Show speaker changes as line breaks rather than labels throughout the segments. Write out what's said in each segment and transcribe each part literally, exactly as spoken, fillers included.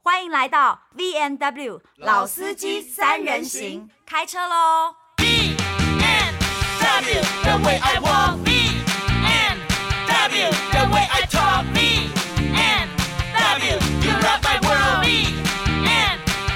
欢迎来到 V N W 老司机三人行，开车喽
！V N W the way I walk, V N W the way I talk, V N W you rock my world, V N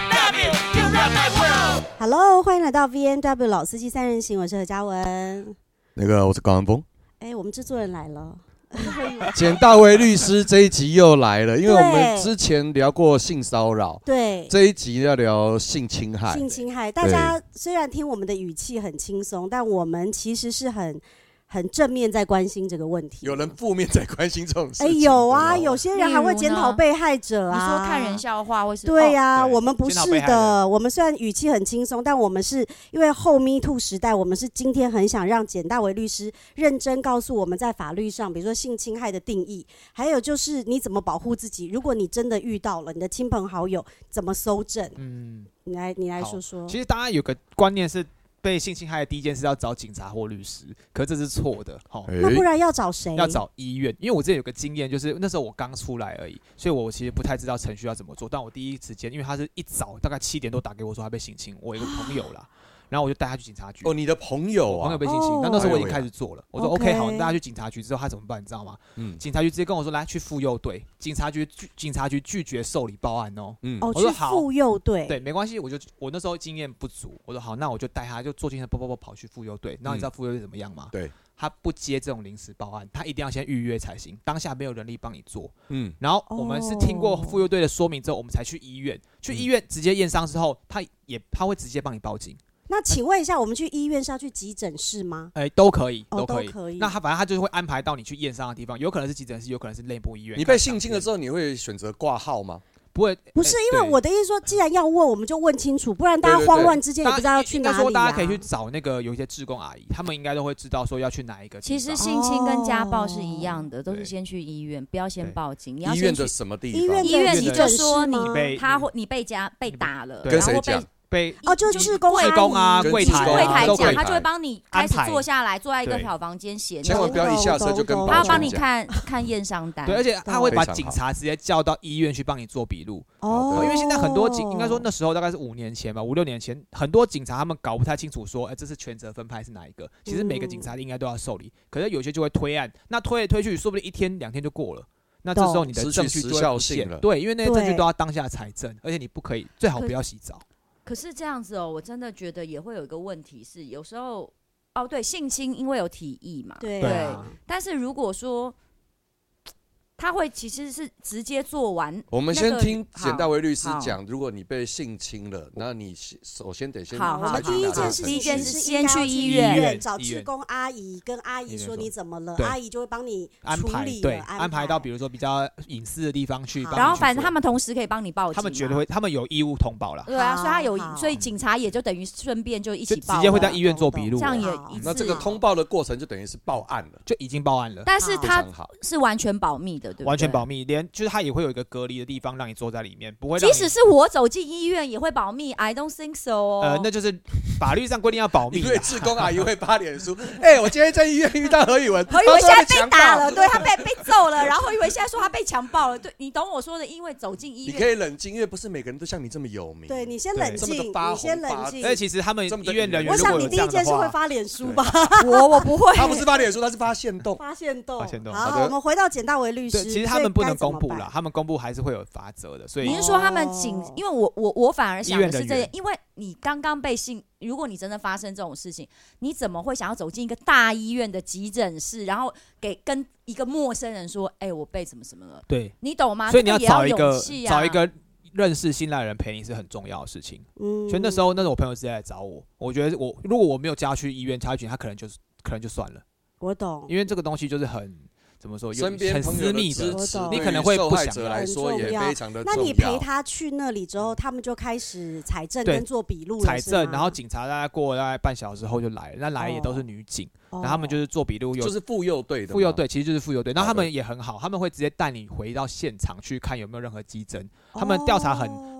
W you rock my world。Hello，
欢迎来到 V N W 老司机三人行，我是何嘉文。
那个我是高安峰。
哎，我们制作人来了。
简大为律师这一集又来了，因为我们之前聊过性骚扰，
对，
这一集要聊性侵害。
性侵害，大家虽然听我们的语气很轻松，但我们其实是很很正面在关心这个问题。
有人负面在关心这种事情？哎，
有啊，有些人还会检讨被害者啊。
你说看人笑话，或是
对呀、啊哦，我们不是的。我们虽然语气很轻松，但我们是因为后 Me Too 时代，我们是今天很想让简大为律师认真告诉我们在法律上，比如说性侵害的定义，还有就是你怎么保护自己。如果你真的遇到了，你的亲朋好友怎么搜证？嗯，你来，你来说说。
其实大家有个观念是，被性侵害的第一件事要找警察或律师，可是这是错的。
那不然要找谁？
要找医院。因为我之前有个经验，就是那时候我刚出来而已，所以我其实不太知道程序要怎么做。但我第一时间，因为他是一早大概七点多打给我说他被性侵，我有一个朋友啦。然后我就带他去警察局。
哦，你的朋友啊，
朋友被性侵，那、哦、那时候我已经开始做了。我说 OK 好，你带他去警察局之后，他怎么办？你知道吗？嗯，警察局直接跟我说，来去妇幼队。警察局警察局拒绝受理报案哦。嗯，
哦，我说好，妇幼队。
对，没关系，我就我那时候经验不足，我说好，那我就带他就坐进车，跑跑跑跑去妇幼队。然后你知道妇幼队怎么样吗？
对。
他不接这种临时报案，他一定要先预约才行。当下没有人力帮你做，嗯，然后我们是听过妇幼队的说明之后，我们才去医院。去医院直接验伤之后，他也他会直接帮你报警。
那请问一下，我们去医院是要去急诊室吗？
哎、欸，都可以，
都可以。
哦、都可以那他反正他就是会安排到你去验伤的地方，有可能是急诊室，有可能是内部医院。
你被性侵了之后，你会选择挂号吗？
不会，
不是，因为我的意思说，既然要问，我们就问清楚，不然大家慌乱之间也不知道要去哪里、啊。
应该说，大家可以去找那个有一些志工阿姨，他们应该都会知道说要去哪一个。
其实性侵跟家暴是一样的，哦、都是先去医院，不要先报警。你要先
医院的什么地方？
医院
医院你就说你
被
他你被家被打了，
跟谁讲？
被
哦，就是志工
志工啊，柜台
柜台讲，
他
就会帮你开始坐下来，坐在一个小房间写。
千万不要一下车就跟
他要帮你看看验伤单。
对，而且他会把警察直接叫到医院去帮你做笔录。哦，因为现在很多警，应该说那时候大概是五年前吧，五六年前，很多警察他们搞不太清楚说，哎，这是权责分派是哪一个？其实每个警察应该都要受理，可是有些就会推案，那推来推去，说不定一天两天就过了。那这时候你的证据就会不见了。对，因为那些证据都要当下采证，而且你不可以，最好不要洗澡。
可是这样子哦，我真的觉得也会有一个问题是，有时候哦，对，性侵因为有体液嘛，
对，
对啊、但是如果说他会其实是直接做完，
我们先听简大为律师讲，如果你被性侵了，那你首先得先
好，好，第一件事，第一件事先去医院找志工阿姨，跟阿姨说你怎么了，阿姨就会帮你处理
对，安排到比如说比较隐私的地方去，
然后反正他们同时可以帮你报警，
他们绝对会，他们有义务通报了，
对啊，所以他有，所以警察也就等于顺便就一起报，
直接会在医院做笔录，
这样也
那这个通报的过程就等于是报案了，
就已经报案了，
但是他是完全保密的，对不对？
完全保密。连就是他也会有一个隔离的地方让你坐在里面，不会让
即使是我走进医院也会保密 ，I don't think so 哦。
呃，那就是法律上规定要保密。
对，志工阿姨会发脸书，哎、欸，我今天在医院遇到何宇文，
何宇文现在被打了，对他被被揍了，然后何宇文现在说他被强暴了，对你懂我说的，因为走进医院，
你可以冷静，因为不是每个人都像你这么有名。
对你先冷静，你先冷静。
而且其实他们医院人员，
我想你第一件事会发脸书吧？
我我不会，
他不是发脸书，他是发限动，
发限动。
好，
好，我们回到简大为律师，
其实他们不能公布啦，他们公布还是会有罚则的，所以
你是说他们警？因为我我我反而想的是这样，因为你刚刚被性，如果你真的发生这种事情，你怎么会想要走进一个大医院的急诊室，然后给跟一个陌生人说，哎、欸，我被什么什么了？
对，
你懂吗？
所以你要找一个、
啊、
找一个认识信赖的人陪你是很重要的事情。嗯，所以那时候那时候我朋友直接来找我，我觉得我如果我没有加去医院插去，他可能就是可能就算了。
我懂，
因为这个东西就是很。怎么说？
身边
很私密的，
你
可能会不想
来说也非常的重要。
那你陪他去那里之后，他们就开始采证跟做笔录了，
采证，然后警察大概过大概半小时后就来了，那来也都是女警，哦、然后他们就是做笔录，
就是妇幼队的，
妇幼队其实就是妇幼队，然后他们也很好，他们会直接带你回到现场去看有没有任何迹证，他们调查很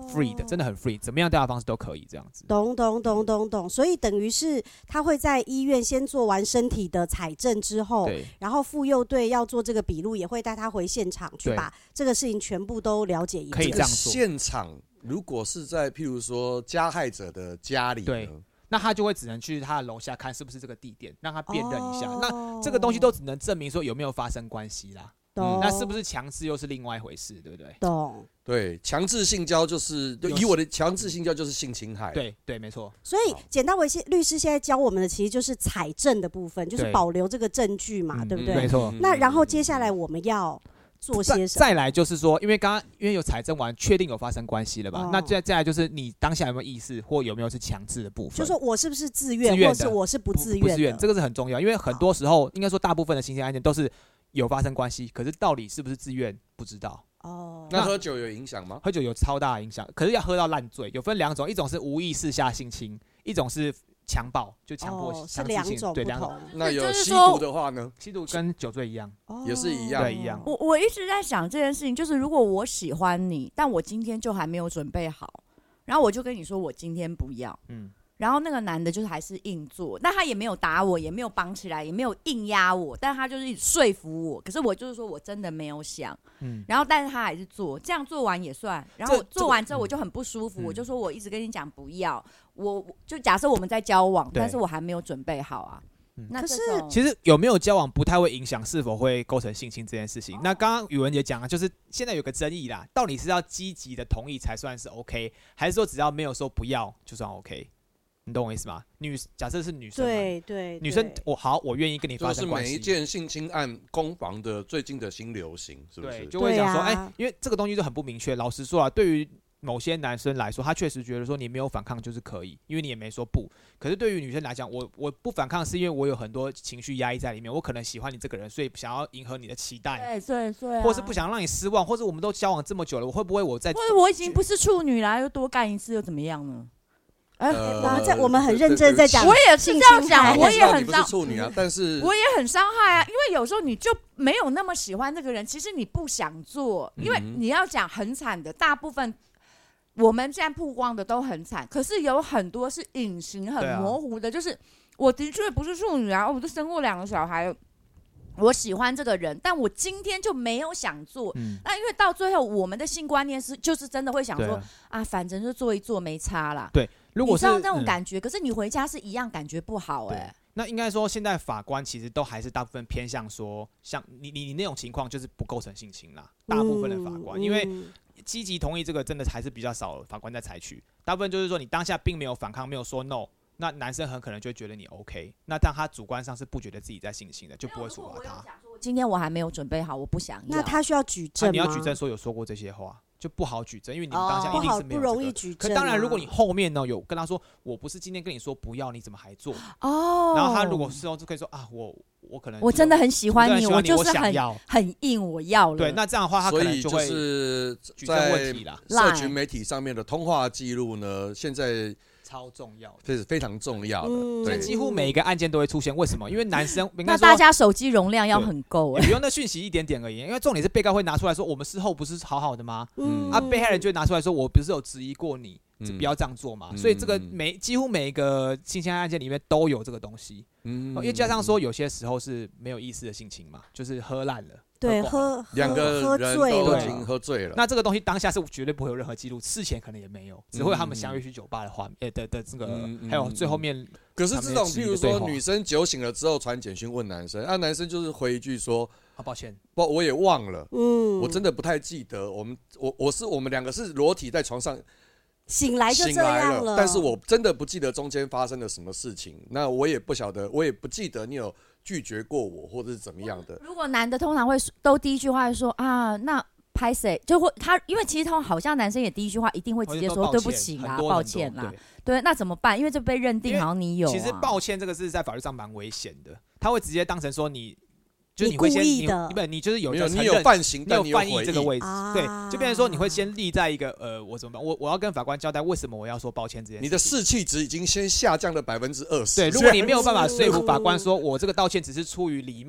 free 的，真的很 free， 怎么样调查方式都可以这样子。
懂懂懂懂懂，所以等于是他会在医院先做完身体的采证之后，然后妇幼队要做这个笔录，也会带他回现场去把这个事情全部都了解一遍。
可以这样做。
现场如果是在譬如说加害者的家里呢，
对，那他就会只能去他的楼下看是不是这个地点，让他辨认一下。哦、那这个东西都只能证明说有没有发生关系啦。嗯、那是不是强制又是另外一回事，对不对？
懂。
对，强制性交就是就以我的强制性交就是性侵害。
对对，没错。
所以简大为律师现在教我们的其实就是采证的部分，就是保留这个证据嘛， 对, 对不对？
没错。
那然后接下来我们要做些什么？
再来就是说，因为刚刚因为有采证完，确定有发生关系了吧？哦、那再再来就是你当下有没有意识，或有没有是强制的部分？
就说我是不是自愿，或是我是不自愿的？
不自愿，这个是很重要，因为很多时候应该说大部分的性侵案件都是有发生关系，可是到底是不是自愿不知道。
哦，
那喝酒有影响吗？
喝酒有超大的影响，可是要喝到烂醉，有分两种，一种是无意识下性侵，一种是强暴，就强迫性、
哦、是两种
对两种。
那有吸毒的话呢？
吸毒跟酒醉一样，
哦、
也是一样，
对一样。
我我一直在想这件事情，就是如果我喜欢你，但我今天就还没有准备好，然后我就跟你说我今天不要，嗯。然后那个男的就是还是硬做，但他也没有打我，也没有绑起来，也没有硬压我，但他就是一直说服我。可是我就是说我真的没有想，嗯，然后但是他还是做，这样做完也算。然后做完之后我就很不舒服，嗯、我就说我一直跟你讲不要，我就假设我们在交往，但是我还没有准备好啊。嗯、那可是
其实有没有交往不太会影响是否会构成性侵这件事情。哦、那刚刚宇文姐讲啊，就是现在有个争议啦，到底是要积极的同意才算是 OK， 还是说只要没有说不要就算 OK？你懂我意思吗？女假设是女生，
对 对, 对，
女生我好，我愿意跟你发生关系。
就是每一件性侵案攻防的最近的新流行，是不是？
对，就会讲说，哎、啊欸，因为这个东西就很不明确。老实说啊，对于某些男生来说，他确实觉得说你没有反抗就是可以，因为你也没说不。可是对于女生来讲，我我不反抗是因为我有很多情绪压抑在里面，我可能喜欢你这个人，所以想要迎合你的期待，
对对对、啊，
或是不想让你失望，或者我们都交往这么久了，我会不会我在，
或者我已经不是处女啦，又多干一次又怎么样呢？
哎、呃，然后在我们很认真在讲，
我也是这样讲，我也很伤，
处女啊，但是
我也很伤害啊，因为有时候你就没有那么喜欢这个人，其实你不想做，因为你要讲很惨的，大部分我们现在曝光的都很惨，可是有很多是隐形、很模糊的，就是我的确不是处女啊，我都生过两个小孩。我喜欢这个人，但我今天就没有想做。嗯、那因为到最后，我们的性观念是，就是真的会想说啊，反正就做一做没差啦。
对，如果是
你知道那种感觉、嗯，可是你回家是一样感觉不好哎、欸。
那应该说，现在法官其实都还是大部分偏向说，像你你你那种情况就是不构成性侵啦。大部分的法官，嗯、因为积极同意这个真的还是比较少法官在采取，大部分就是说你当下并没有反抗，没有说 no。那男生很可能就会觉得你 OK， 那但他主观上是不觉得自己在性侵的，就不会处罚他。
今天我还没有准备好，我不想要。
那他需要举证吗？
你要举证说有说过这些话，就不好举证，因为你们当下一定是没有、这个
哦、不容易举证、啊。
可当然，如果你后面呢有跟他说，我不是今天跟你说不要，你怎么还做？哦。然后他如果事后就可以说啊，我我可能
我真的很喜欢你，
我
就是很很硬，我要了。
对，那这样的话他可能就会
举证问题啦。社群媒体上面的通话记录呢，现在。
超重要的，
这是非常重要的。
嗯、对，几乎每一个案件都会出现。为什么？因为男生
那大家手机容量要很够哎、
欸，不用那讯息一点点而已。因为重点是被告会拿出来说，我们事后不是好好的吗？嗯，啊，被害人就会拿出来说，我不是有质疑过你，嗯、不要这样做嘛。嗯、所以这个每几乎每一个性侵案件里面都有这个东西。嗯，因为加上说有些时候是没有意识的性侵嘛，就是喝烂了。
对，喝
两个人都已经喝醉了。
那这个东西当下是绝对不会有任何记录，事前可能也没有，只会有他们相约去酒吧的画面、嗯、的的这个、嗯，还有最后面。
可是这种，譬如说女生酒醒了之后传简讯问男生，啊，男生就是回一句说：“
啊，抱歉，
不，我也忘了，嗯，我真的不太记得。我们我我是我们两个是裸体在床上。”
醒来就这样了，
但是我真的不记得中间发生了什么事情，那我也不晓得，我也不记得你有拒绝过我或者是怎么样的。
如果男的通常会都第一句话说啊，那拍谁就会他，因为其实他好像男生也第一句话一定会直接说对不起啦，抱歉啦，对，那怎么办？因为这被认定好像你有、啊。
其实抱歉这个是在法律上蛮危险的，他会直接当成说你。
就是你会先你
你你就是有一个
你有犯行，
你有犯意这个位置，
啊、
对，就变成说你会先立在一个呃，我怎么办？我我要跟法官交代为什么我要说抱歉这件事。
你的士气值已经先下降了百分之二十。
对，如果你没有办法说服法官说我这个道歉只是出于礼貌，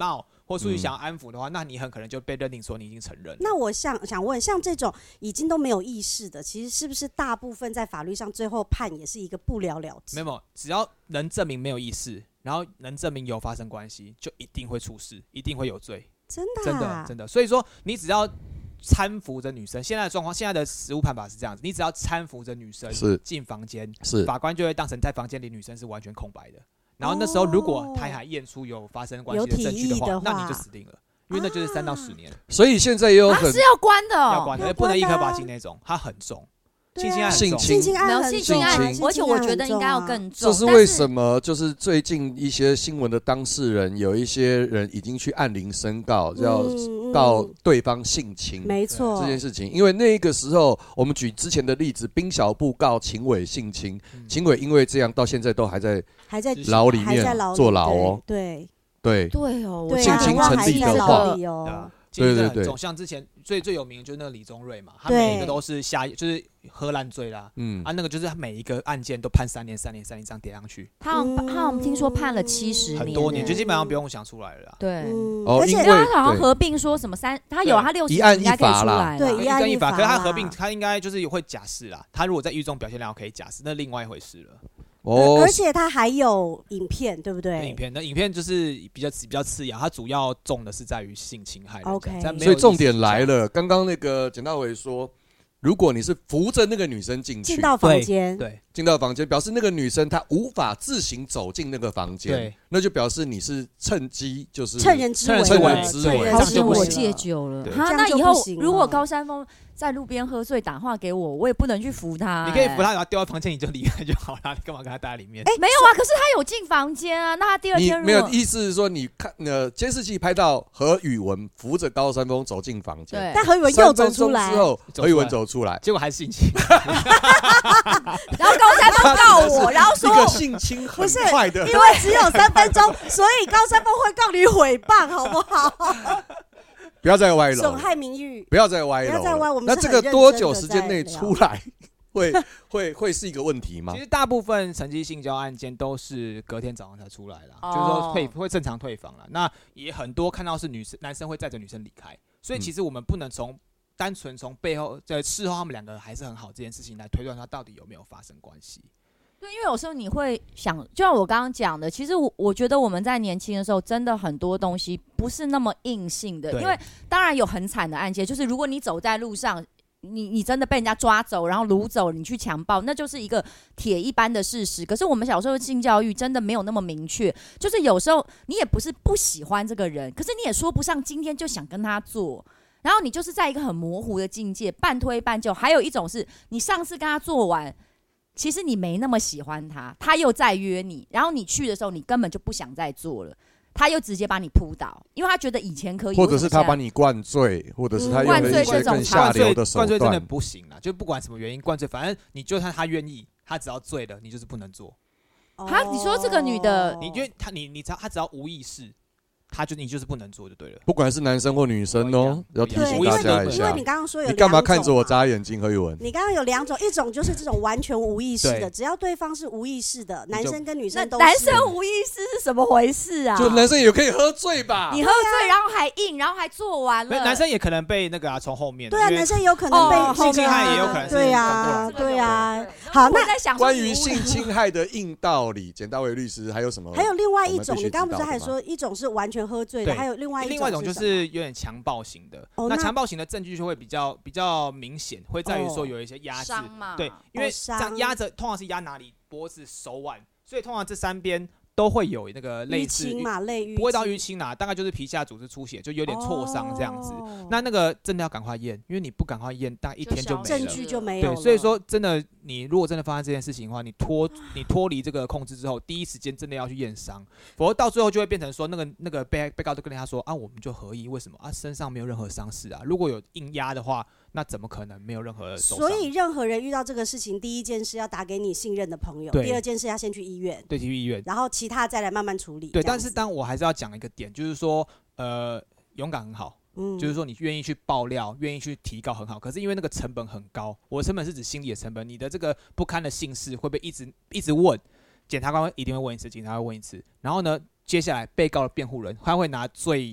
或出于想要安抚的话，嗯、那你很可能就被认定说你已经承认了。
那我想想问，像这种已经都没有意识的，其实是不是大部分在法律上最后判也是一个不了了之？
没有，只要能证明没有意识，然后能证明有发生关系，就一定会出事，一定会有罪。
真的、啊，
真的，真的。所以说，你只要搀扶着女生，现在的状况，现在的实务判法是这样子，你只要搀扶着女生进房间，法官就会当成在房间里女生是完全空白的。然后那时候，如果他还验出有发生关系的证据的话，
的话
那你就死定了，因为那就是三到十年。
所以现在也有很、
啊、是要关的、哦，
要关的，不能一颗罚金那种，它很重。性侵案很重，
性侵案很
重，而且我觉得应该要更重。
这是为什么？就是最近一些新闻的当事人，有一些人已经去按铃申告，要告对方性侵。
没错，
这件事情，因为那个时候，我们举之前的例子，滨小布告秦伟性侵，秦伟因为这样到现在都还在
还在
牢里面坐牢哦。
对
对
对哦，
性侵成立的话。
对对对，像之前最最有名的就是那个李宗瑞嘛，他每一个都是下就是喝烂醉啦，嗯啊，那个就是他每一个案件都判三年、三年、三年这样叠上去。
他好像他好像听说判了七十年，
很多年，就基本上不用想出来了啦。
对，
而
且他好像合并说什么三，他有他六十年应该可以出来，
对，
一案一罚。可是他合并，他应该就是会假释啦。他如果在狱中表现良好可以假释，那另外一回事了。
哦，而且它还有影片，对不对？
影片，那影片就是比较比较次要，它主要重的是在于性侵害。
OK，
所以重点来了，刚刚那个简大伟说，如果你是扶着那个女生进去，
进到房间，
对，
进到房间，表示那个女生她无法自行走进那个房间，那就表示你是趁机就是
趁人之危，
趁人之危，
好险我戒酒了。哈，那以后如果高山峰在路边喝醉打电话给我，我也不能去扶他、欸。
你可以扶他，然后丢在房间，你就离开就好了。你干嘛跟他待在里面？
哎、欸，没有啊，可是他有进房间啊。那他第二天如果
你没有意思是说，你看呃监视器拍到何宇文扶着高山峰走进房间，
但何宇文又走出来，
之后何宇文走出来，
结果还是性侵。
然后高山峰告我，然后说
一个性侵很快的，
因为只有三分钟，所以高山峰会告你诽谤，好不好？
不要再歪楼，
损害名誉。
不要再歪楼，
不要再歪。我们
那这个多久时间内出来，会会会是一个问题吗？
其实大部分层级性交案件都是隔天早上才出来啦，哦、就是说退会正常退房了。那也很多看到是女生男生会载着女生离开，所以其实我们不能从单纯从背后在事后他们两个还是很好这件事情来推断他到底有没有发生关系。
对，因为有时候你会想，就像我刚刚讲的，其实我我觉得我们在年轻的时候，真的很多东西不是那么硬性的。因为当然有很惨的案件，就是如果你走在路上，你你真的被人家抓走，然后掳走，你去强暴，那就是一个铁一般的事实。可是我们小时候的性教育真的没有那么明确，就是有时候你也不是不喜欢这个人，可是你也说不上今天就想跟他做。然后你就是在一个很模糊的境界，半推半就。还有一种是你上次跟他做完，其实你没那么喜欢他，他又再约你，然后你去的时候，你根本就不想再做了，他又直接把你扑倒，因为他觉得以前可以，
或者是他把你灌醉，或者是他用了一些更下流的手段。
灌醉真的不行啦，就不管什么原因灌醉，反正你就算他愿意，他只要醉了，你就是不能做。
他、哦、你说这个女的，
你觉得他你你只要他只要无意识。他就你就是不能做就对了，
不管是男生或女生哦，要提醒大家一下。
因为你刚刚说有，
你干嘛看着我眨眼睛？何宇文，
你刚刚有两种，一种就是这种完全无意识的，只要对方是无意识的，男生跟女生都是。
男生无意识是什么回事啊？
就男生也可以喝醉吧？
你喝醉，然后还硬，然后还做完了。
男生也可能被那个啊从后面。
对啊，男生有可能被
性侵害，也有可能是。
对啊，对啊。好，那
在想
关于性侵害的硬道理，简大伟律师还有什么？
还有另外一种，你刚刚不是还说一种是完全喝醉的，还有。另外一种，
另外一种就是有点强暴型的，哦、那强暴型的证据就会比较比较明显，会在于说有一些压制，
哦、
对，因为这样压着，通常是压哪里？脖子、手腕，所以通常这三边都会有那个类似
淤青嘛，类淤青
不会到淤青啦，大概就是皮下组织出血，就有点挫伤这样子。哦、那那个真的要赶快验，因为你不赶快验，大概一天就没了，
证据就没有了。
对，所以说真的，你如果真的发生这件事情的话，你脱你脱离这个控制之后，第一时间真的要去验伤，否则到最后就会变成说，那个那个被被告都跟他说啊，我们就合意，为什么啊？身上没有任何伤势啊，如果有硬压的话。那怎么可能没有任何受伤？
所以任何人遇到这个事情，第一件事要打给你信任的朋友，第二件事要先去医院，
对，去医院，
然后其他再来慢慢处理。
对，但是当我还是要讲一个点，就是说，呃，勇敢很好，嗯，就是说你愿意去爆料，愿意去提告很好。可是因为那个成本很高，我的成本是指心理的成本，你的这个不堪的姓氏会被一直一直问，检察官一定会问一次，警察会问一次，然后呢，接下来被告的辩护人他会拿最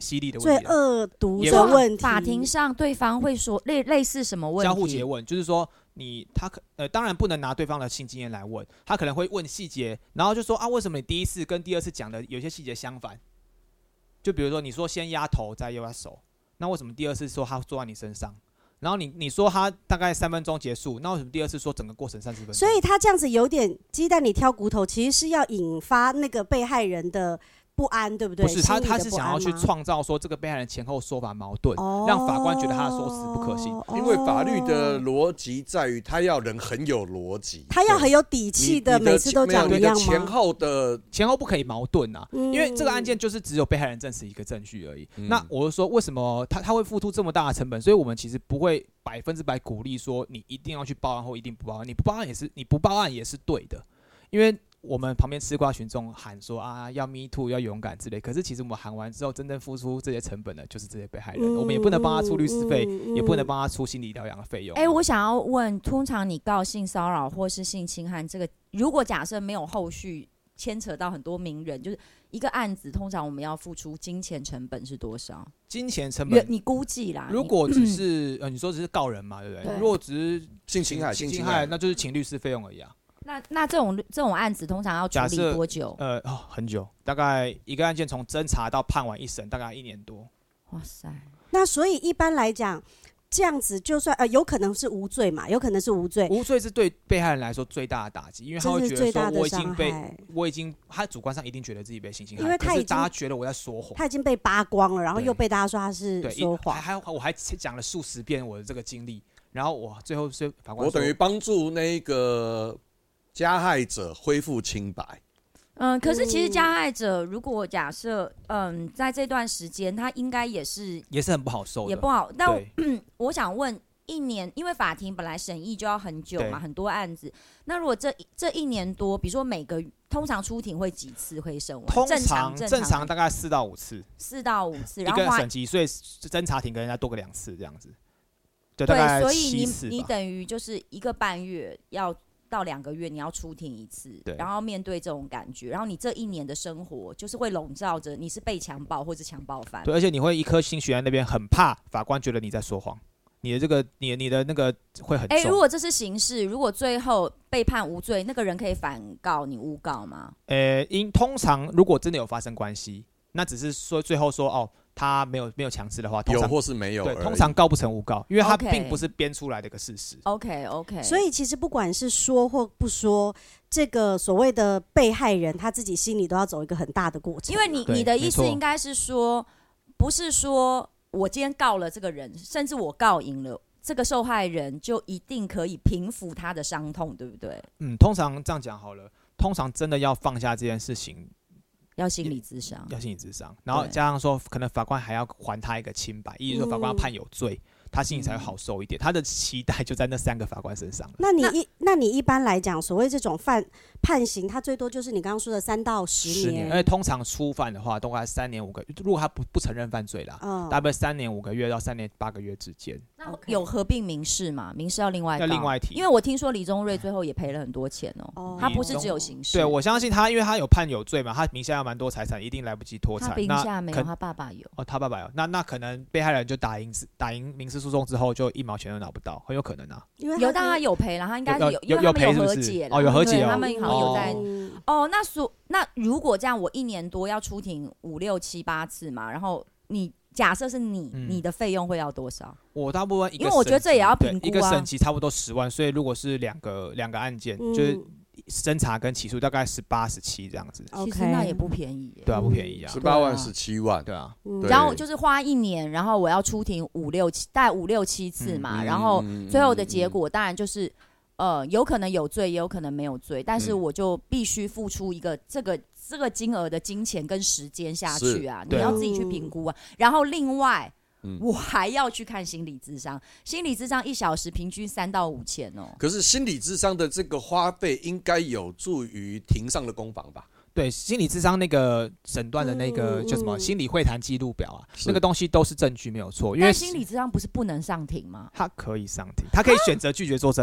犀利的问题，
最恶毒的问题。
法庭上对方会说类类似什么问题？
交互诘问，就是说你他可呃当然不能拿对方的性经验来问，他可能会问细节，然后就说啊为什么你第一次跟第二次讲的有些细节相反？就比如说你说先压头再压手，那为什么第二次说他坐在你身上？然后你你说他大概三分钟结束，那为什么第二次说整个过程三十分钟？
所以他这样子有点鸡蛋里挑骨头，其实是要引发那个被害人的不安，对不对？
不是，他他是想要去创造说这个被害人前后说法矛盾，
哦、
让法官觉得他的说辞不可信。
哦、
因为法律的逻辑在于，他要人很有逻辑，
他要很有底气的，每次都讲一样吗？
你的前后的
前后不可以矛盾啊，
嗯、
因为这个案件就是只有被害人证实一个证据而已。
嗯、
那我就说，为什么他他会付出这么大的成本？所以我们其实不会百分之百鼓励说你一定要去报案或一定不报案，你不报案也是你不报案也是对的，因为我们旁边吃瓜群众喊说啊要 me too 要勇敢之类，可是其实我们喊完之后，真正付出这些成本的就是这些被害人，嗯、我们也不能帮他出律师费，嗯、也不能帮他出心理疗养的费用。
哎、欸，我想要问，通常你告性骚扰或是性侵害这个，如果假设没有后续牵扯到很多名人，就是一个案子，通常我们要付出金钱成本是多少？
金钱成本，
你估计啦。
如果只是、嗯、呃，你说只是告人嘛，对不对？
对，
如果只是
性侵害，
性侵害，那就是请律师费用而已啊。
那那这种这种案子通常要处理多久？
呃、哦，很久，大概一个案件从侦查到判完一审，大概一年多。
哇塞！
那所以一般来讲，这样子就算呃，有可能是无罪嘛，有可能是无罪。
无罪是对被害人来说最大的打击，因为他会觉得说我已经被，我已经，他主观上一定觉得自己被性侵害，
因为他已经
大家觉得我在说谎，
他已经被扒光了，然后又被大家说他是说谎，
还还我还讲了数十遍我的这个经历，然后我最后是法官说，
我等于帮助那个加害者恢复清白。
嗯，可是其实加害者如果假设，嗯，在这段时间他应该也是
也是很不好受的，
也不好。但 我,、嗯、我想问，一年，因为法庭本来审议就要很久嘛，很多案子。那如果这这一年多，比如说每个通常出庭会几次会审完？
通
常
正常大概四到五次，
四到五次，
然后一个审期，所以侦查庭跟人家多个两次这样子。对，
对，
大概
所以你你等于就是一个半月要。到两个月你要出庭一次，然后面对这种感觉，然后你这一年的生活就是会笼罩着你是被强暴或是强暴犯，
对，而且你会一颗心悬在那边，很怕法官觉得你在说谎，你的这个你你的那个会很重。
哎、欸，如果这是刑事，如果最后被判无罪，那个人可以反告你诬告吗？
呃、欸，因通常如果真的有发生关系，那只是说最后说哦。他没有没有强制的话，
有或是没有，
对，通常告不成诬告，因为他并不是编出来的一个事实。
OK OK，
所以其实不管是说或不说，这个所谓的被害人他自己心里都要走一个很大的过程。
因为你你的意思应该是说，不是说我今天告了这个人，甚至我告赢了。这个受害人就一定可以平复他的伤痛，对不对？
嗯，通常这样讲好了，通常真的要放下这件事情。
要心理咨商，
要心理咨商，然后加上说，可能法官还要还他一个清白，意思说法官要判有罪，嗯、他心里才会好受一点。他的期待就在那三个法官身上了。
那你一那你一般来讲，所谓这种犯判刑，他最多就是你刚刚说的三到十年。
十年，而且通常初犯的话，大概三年五个月。如果他不不承认犯罪啦，嗯、大概三年五个月到三年八个月之间。
那有合并民事嘛？民事要另外
要另外提，
因为我听说李宗瑞最后也赔了很多钱哦、喔。他不是只有刑事。
对，我相信他，因为他有判有罪嘛，他名下有蛮多财产，一定来不及脱产。
他名下没有，他爸爸有。
哦，他爸爸有，那那可能被害人就打赢打赢民事诉讼之后，就一毛钱都拿不到，很有可能啊。
因为有，但他有赔了，他应该是有，
有
有赔和解
哦，有和解哦，
他们好像有在。哦，那所那如果这样，我一年多要出庭五六七八次嘛，然后你。假设是你，嗯、你的费用会要多少？
我大部分一个，
因为我觉得这也要评估啊。
一个审期差不多十万，所以如果是两个两个案件，嗯、就是侦查跟起诉，大概十八、十七这样子。
其实那也不便宜，
对啊，不便宜啊，
十八万、十七万，
对啊。
嗯、然后就是花一年，然后我要出庭五六七，大概五六七次嘛，嗯、然后最后的结果当然就是。呃，有可能有罪，也有可能没有罪，但是我就必须付出一个这个这个金额的金钱跟时间下去啊，你要自己去评估啊。然后另外，嗯、我还要去看心理咨商，心理咨商一小时平均三到五千哦。
可是心理咨商的这个花费应该有助于庭上的攻防吧？
对，心理咨商那个诊断的那个叫什么心理会谈记录表啊，那个东西都是证据没有错。因为
心理咨商不是不能上庭吗？
他可以上庭，他可以选择拒绝作证而已。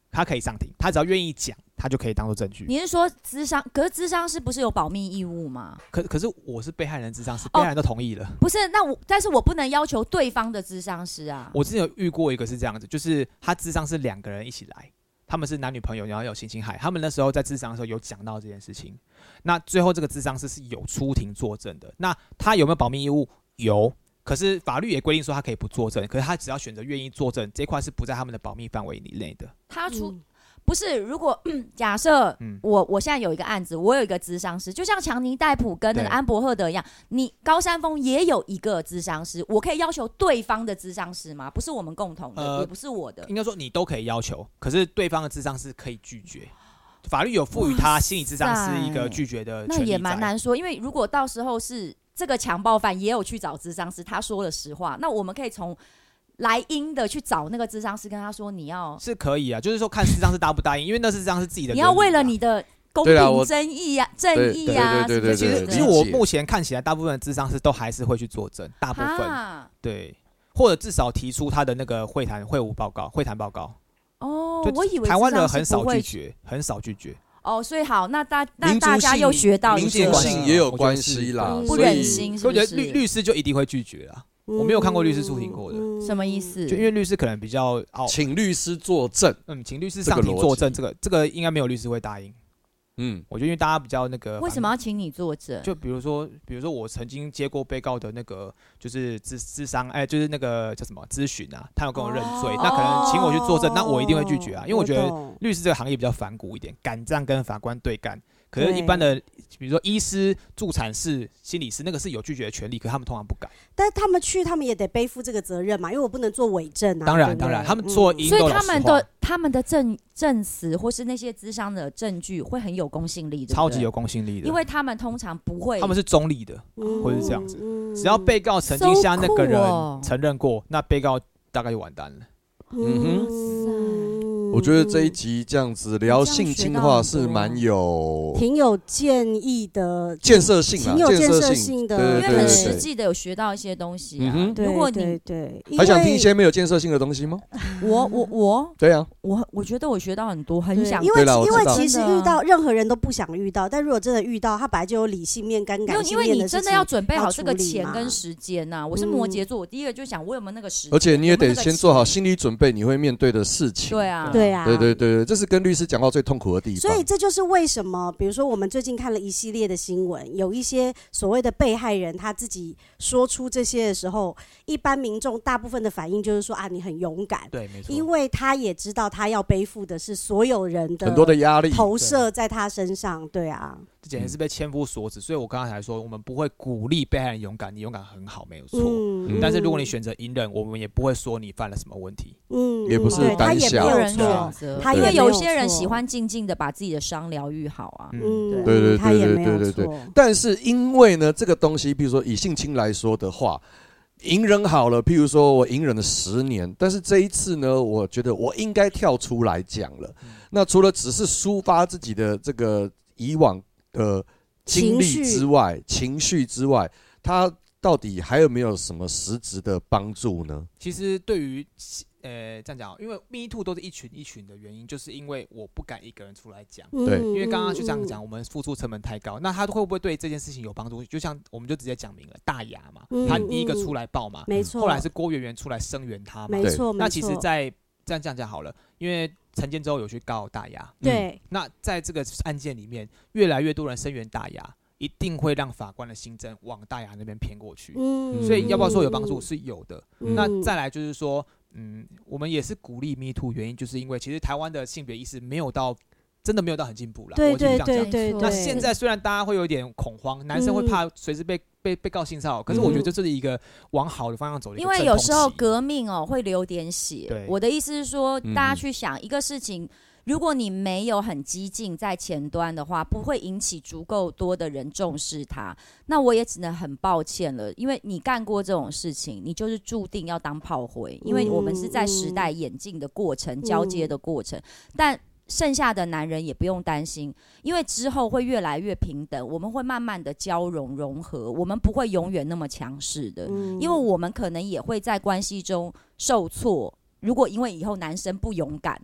他可以上庭，他只要愿意讲，他就可以当做证据。
你是说咨商？可是咨商师不是有保密义务吗？
可可是我是被害人，咨商师被害人都同意了。
不是，那我但是我不能要求对方的咨商师啊。
我之前有遇过一个是这样子，就是他咨商是两个人一起来，他们是男女朋友，然后有性侵害，他们那时候在咨商的时候有讲到这件事情。那最后这个咨商师是有出庭作证的，那他有没有保密义务？有。可是法律也规定说他可以不作证，可是他只要选择愿意作证，这块是不在他们的保密范围以内的。
他出、嗯、不是，如果、嗯、假设、嗯、我我现在有一个案子，我有一个咨商师，就像强尼戴普跟那个安伯赫德一样，你高山峰也有一个咨商师，我可以要求对方的咨商师吗？不是我们共同的，呃、也不是我的。
应该说你都可以要求，可是对方的咨商师可以拒绝。法律有赋予他心理咨商师一个拒绝的权利在。
那也蛮难说，因为如果到时候是这个强暴犯也有去找咨商师，他说了实话，那我们可以从来因的去找那个咨商师，跟他说你要
是可以啊，就是说看咨商师答不答应，因为那是咨商师自己的、啊，
你要为了你的公平正义啊、正义啊，
对对对对对。其实其实我目前看起来，大部分的咨商师都还是会去作证，大部分、啊、对，或者至少提出他的那个会谈会务报告、会谈报告。
哦，我以为
台湾人很少拒绝，很少拒绝。
哦，所以好，那大那大家又学到一
个民族性也有关系啦，
不忍心是不是？
我觉得律律师就一定会拒绝啦。我没有看过律师出庭过的，
什么意思？
就因为律师可能比较哦，
请律师作证，
嗯，请律师上庭作证，这个这个应该没有律师会答应。嗯，我觉得因为大家比较那个，
为什么要请你作证？
就比如说，比如说我曾经接过被告的那个就是咨咨商，哎，就是那个叫什么咨询啊，他有跟我认罪，哦、那可能请我去作证，那我一定会拒绝啊，因为我觉得律师这个行业比较反骨一点，敢这样跟法官对干。可是，一般的，比如说医师、助产士、心理师，那个是有拒绝的权利，可是他们通常不敢。
但是他们去，他们也得背负这个责任嘛，因为我不能做伪证啊。
当然，当然，他们做因都
所以他们的他们的证证词或是那些咨商的证据会很有公信力的，
超级有公信力的，
因为他们通常不会，
他们是中立的，嗯、或者是这样子。嗯、只要被告曾经向那个人承认过， so cool 哦、那被告大概就完蛋了。
嗯哼。我觉得这一集这样子聊性侵的话是蛮有
挺有建议的
建设性啊，
挺有建设性的，
因为很实际的有学到一些东西啊。
嗯、
如果你
对对
还想听一些没有建设性的东西吗？
我我我
对啊，
我我觉得我学到很多，很想
因为因为其实遇到任何人都不想遇到，但如果真的遇到，他本来就有理性面跟感性面的事情，因为你真的
要准备好这个钱跟时间呐、啊。我是摩羯座，我第一个就想我有没有那个时间，
而且你也得先做好心理准备，你会面对的事情。
对啊，
对啊，
对对对。这是跟律师讲到最痛苦的地方，
所以这就是为什么，比如说我们最近看了一系列的新闻，有一些所谓的被害人他自己说出这些的时候，一般民众大部分的反应就是说啊，你很勇敢，
对，没错，
因为他也知道他要背负的是所有人的
很多的压力
投射在他身上，对啊，
这简直是被千夫所指。所以我刚刚才说，我们不会鼓励被害人勇敢，你勇敢很好，没有错。嗯、但是如果你选择隐忍，我们也不会说你犯了什么问题，
嗯，
也不是胆小，
他也没有人选择，
他
因为有些人喜欢静静的把自己的伤疗愈好啊。
嗯，
对对
对
对对对对对。但是因为呢，这个东西，比如说以性侵来说的话，隐忍好了，譬如说我隐忍了十年，但是这一次呢，我觉得我应该跳出来讲了。嗯、那除了只是抒发自己的这个以往的经历之外，情绪之外，它到底还有没有什么实质的帮助呢？
其实对于呃，这样讲，因为 Me Too 都是一群一群的原因，就是因为我不敢一个人出来讲。
对，
因为刚刚就这样讲，我们付出成本太高，那他会不会对这件事情有帮助？就像我们就直接讲明了，大牙嘛，嗯、他第一个出来报嘛，
没错。
后来是郭圆圆出来声援他嘛，
没错。
那其实在，在这样这样讲好了，因为陈建州有去告大牙，
对、嗯。
那在这个案件里面，越来越多人声援大牙。一定会让法官的心证往大牙那边偏过去，嗯，所以要不要说有帮助是有的。嗯、那再来就是说，嗯，我们也是鼓励 Me Too， 原因就是因为其实台湾的性别意识没有到，真的没有到很进步啦。
对对对对对。
那现在虽然大家会有点恐慌，男生会怕随时被被被告性骚扰，可是我觉得这是一个往好的方向走的一个阵痛期。
因为有时候革命哦会流点血。我的意思是说，大家去想一个事情。如果你没有很激进在前端的话，不会引起足够多的人重视它。那我也只能很抱歉了，因为你干过这种事情，你就是注定要当炮灰。因为我们是在时代演进的过程、嗯、交接的过程。但剩下的男人也不用担心，因为之后会越来越平等，我们会慢慢的交融融合，我们不会永远那么强势的、嗯，因为我们可能也会在关系中受挫。如果因为以后男生不勇敢了。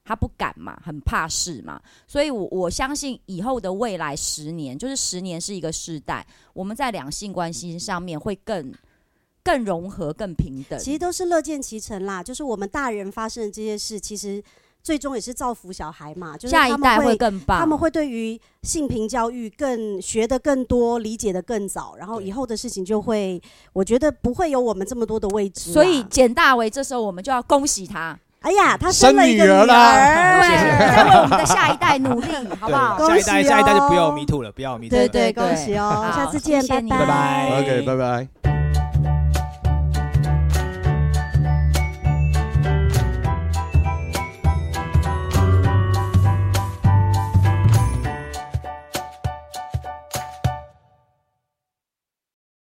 他不敢嘛，很怕事嘛，所以我我相信以后的未来十年，就是十年是一个世代，我们在两性关系上面会更更融合、更平等。
其实都是乐见其成啦，就是我们大人发生的这些事，其实最终也是造福小孩嘛，就是
下一代会更棒，
他们会对于性平教育更学得更多，理解得更早，然后以后的事情就会，我觉得不会有我们这么多的未知。
所以简大为这时候我们就要恭喜他。
哎呀，他生了一个女
儿
啦，
对，在为我们的下一代努力，好不好？
下一代，下一代就不要有 me too 了，不要有 me too。
对对，恭喜哦，下次见，
谢谢你，
拜拜。
OK， 拜拜。